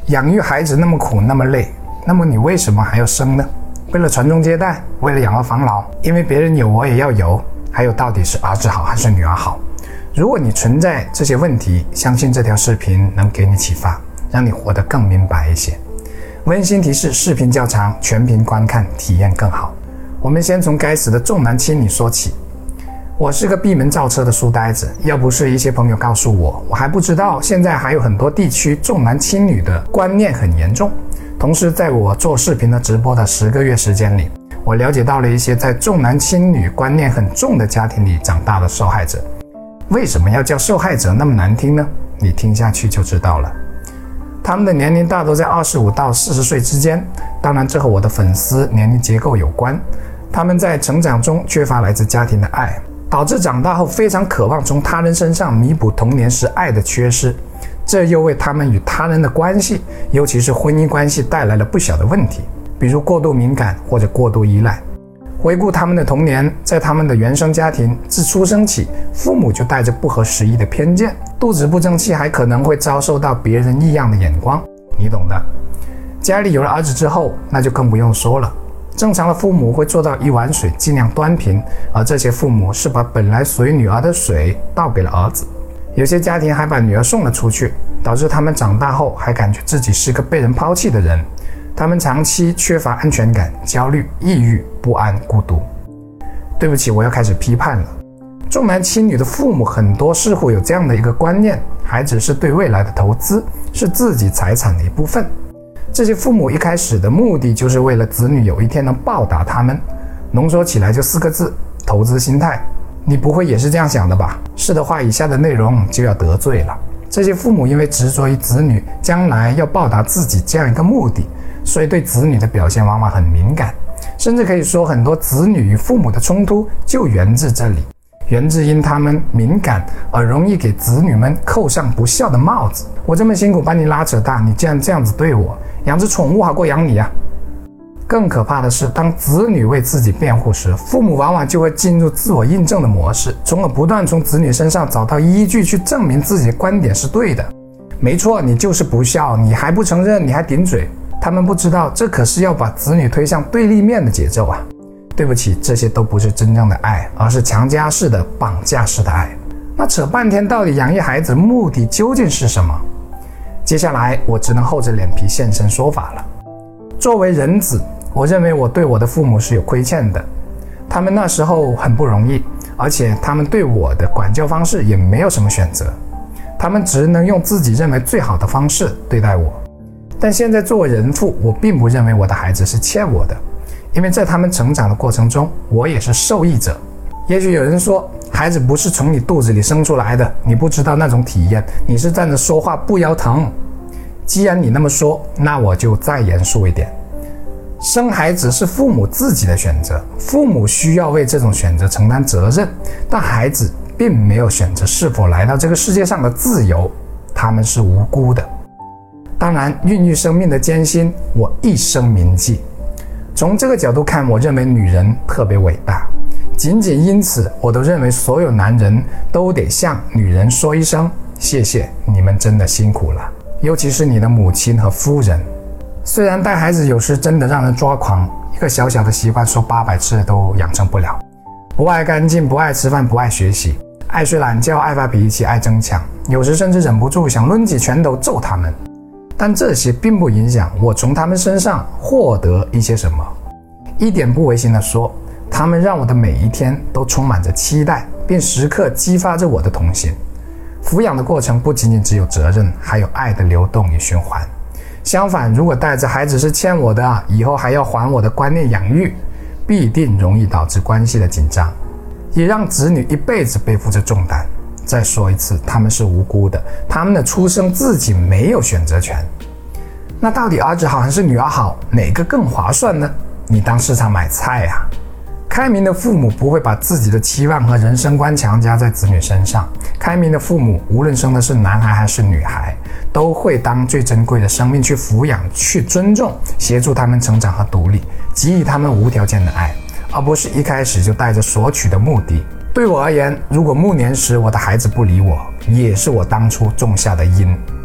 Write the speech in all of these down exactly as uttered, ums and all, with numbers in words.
养育孩子那么苦那么累，那么你为什么还要生呢？为了传宗接代，为了养儿防老，因为别人有我也要有，还有到底是儿子好还是女儿好？如果你存在这些问题，相信这条视频能给你启发，让你活得更明白一些。温馨提示，视频较长，全屏观看体验更好。我们先从该死的重男轻女说起。我是个闭门造车的书呆子，要不是一些朋友告诉我，我还不知道现在还有很多地区重男轻女的观念很严重。同时在我做视频的直播的十个月时间里，我了解到了一些在重男轻女观念很重的家庭里长大的受害者。为什么要叫受害者那么难听呢？你听下去就知道了。他们的年龄大多在二十五到四十岁之间，当然这和我的粉丝年龄结构有关。他们在成长中缺乏来自家庭的爱，导致长大后非常渴望从他人身上弥补童年时爱的缺失，这又为他们与他人的关系，尤其是婚姻关系带来了不小的问题，比如过度敏感或者过度依赖。回顾他们的童年，在他们的原生家庭，自出生起，父母就带着不合时宜的偏见，肚子不争气，还可能会遭受到别人异样的眼光，你懂的。家里有了儿子之后，那就更不用说了。正常的父母会做到一碗水尽量端平，而这些父母是把本来属于女儿的水倒给了儿子。有些家庭还把女儿送了出去，导致他们长大后还感觉自己是个被人抛弃的人。他们长期缺乏安全感，焦虑、抑郁、不安、孤独。对不起，我要开始批判了。重男轻女的父母很多似乎有这样的一个观念，孩子是对未来的投资，是自己财产的一部分。这些父母一开始的目的就是为了子女有一天能报答他们，浓缩起来就四个字：投资心态。你不会也是这样想的吧？是的话，以下的内容就要得罪了。这些父母因为执着于子女将来要报答自己这样一个目的，所以对子女的表现往往很敏感，甚至可以说很多子女与父母的冲突就源自这里，源自因他们敏感而容易给子女们扣上不孝的帽子。我这么辛苦把你拉扯大，你竟然这样子对我，养只宠物好过养你啊！更可怕的是，当子女为自己辩护时，父母往往就会进入自我印证的模式，从而不断从子女身上找到依据去证明自己的观点是对的。没错，你就是不孝，你还不承认，你还顶嘴。他们不知道，这可是要把子女推向对立面的节奏啊！对不起，这些都不是真正的爱，而是强加式的、绑架式的爱。那扯半天，到底养育孩子目的究竟是什么？接下来我只能厚着脸皮现身说法了。作为人子，我认为我对我的父母是有亏欠的。他们那时候很不容易，而且他们对我的管教方式也没有什么选择，他们只能用自己认为最好的方式对待我。但现在作为人父，我并不认为我的孩子是欠我的，因为在他们成长的过程中，我也是受益者。也许有人说，孩子不是从你肚子里生出来的，你不知道那种体验，你是站着说话不腰疼。既然你那么说，那我就再严肃一点。生孩子是父母自己的选择，父母需要为这种选择承担责任，但孩子并没有选择是否来到这个世界上的自由，他们是无辜的。当然，孕育生命的艰辛，我一生铭记。从这个角度看，我认为女人特别伟大，仅仅因此，我都认为所有男人都得向女人说一声谢谢，你们真的辛苦了，尤其是你的母亲和夫人。虽然带孩子有时真的让人抓狂，一个小小的习惯说八百次都养成不了。不爱干净，不爱吃饭，不爱学习，爱睡懒觉，爱发脾气，爱争抢，有时甚至忍不住想抡起拳头揍他们。但这些并不影响我从他们身上获得一些什么。一点不违心地说，他们让我的每一天都充满着期待，并时刻激发着我的童心。抚养的过程不仅仅只有责任，还有爱的流动与循环。相反，如果带着孩子是欠我的，以后还要还我的观念养育，必定容易导致关系的紧张，也让子女一辈子背负着重担。再说一次，他们是无辜的，他们的出生自己没有选择权。那到底儿子好还是女儿好，哪个更划算呢？你当市场买菜啊！开明的父母不会把自己的期望和人生观强加在子女身上，开明的父母无论生的是男孩还是女孩，都会当最珍贵的生命去抚养，去尊重，协助他们成长和独立，给予他们无条件的爱，而不是一开始就带着索取的目的。对我而言，如果暮年时我的孩子不理我，也是我当初种下的因。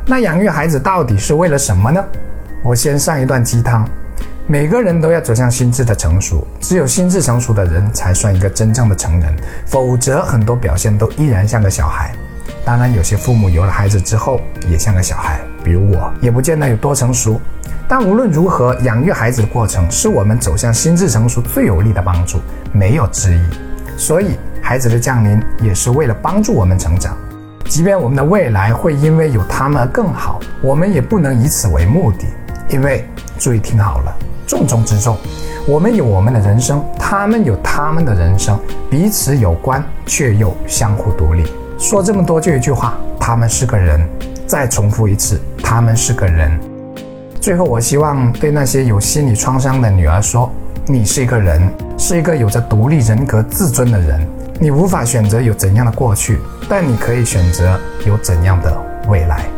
那养育孩子到底是为了什么呢？我先上一段鸡汤。每个人都要走向心智的成熟，只有心智成熟的人才算一个真正的成人，否则很多表现都依然像个小孩。当然有些父母有了孩子之后也像个小孩，比如我也不见得有多成熟，但无论如何，养育孩子的过程是我们走向心智成熟最有力的帮助，没有之一。所以孩子的降临也是为了帮助我们成长，即便我们的未来会因为有他们而更好，我们也不能以此为目的。因为注意听好了，重中之重，我们有我们的人生，他们有他们的人生，彼此有关却又相互独立。说这么多就一句话，他们是个人。再重复一次，他们是个人。最后我希望对那些有心理创伤的女儿说，你是一个人，是一个有着独立人格自尊的人。你无法选择有怎样的过去，但你可以选择有怎样的未来。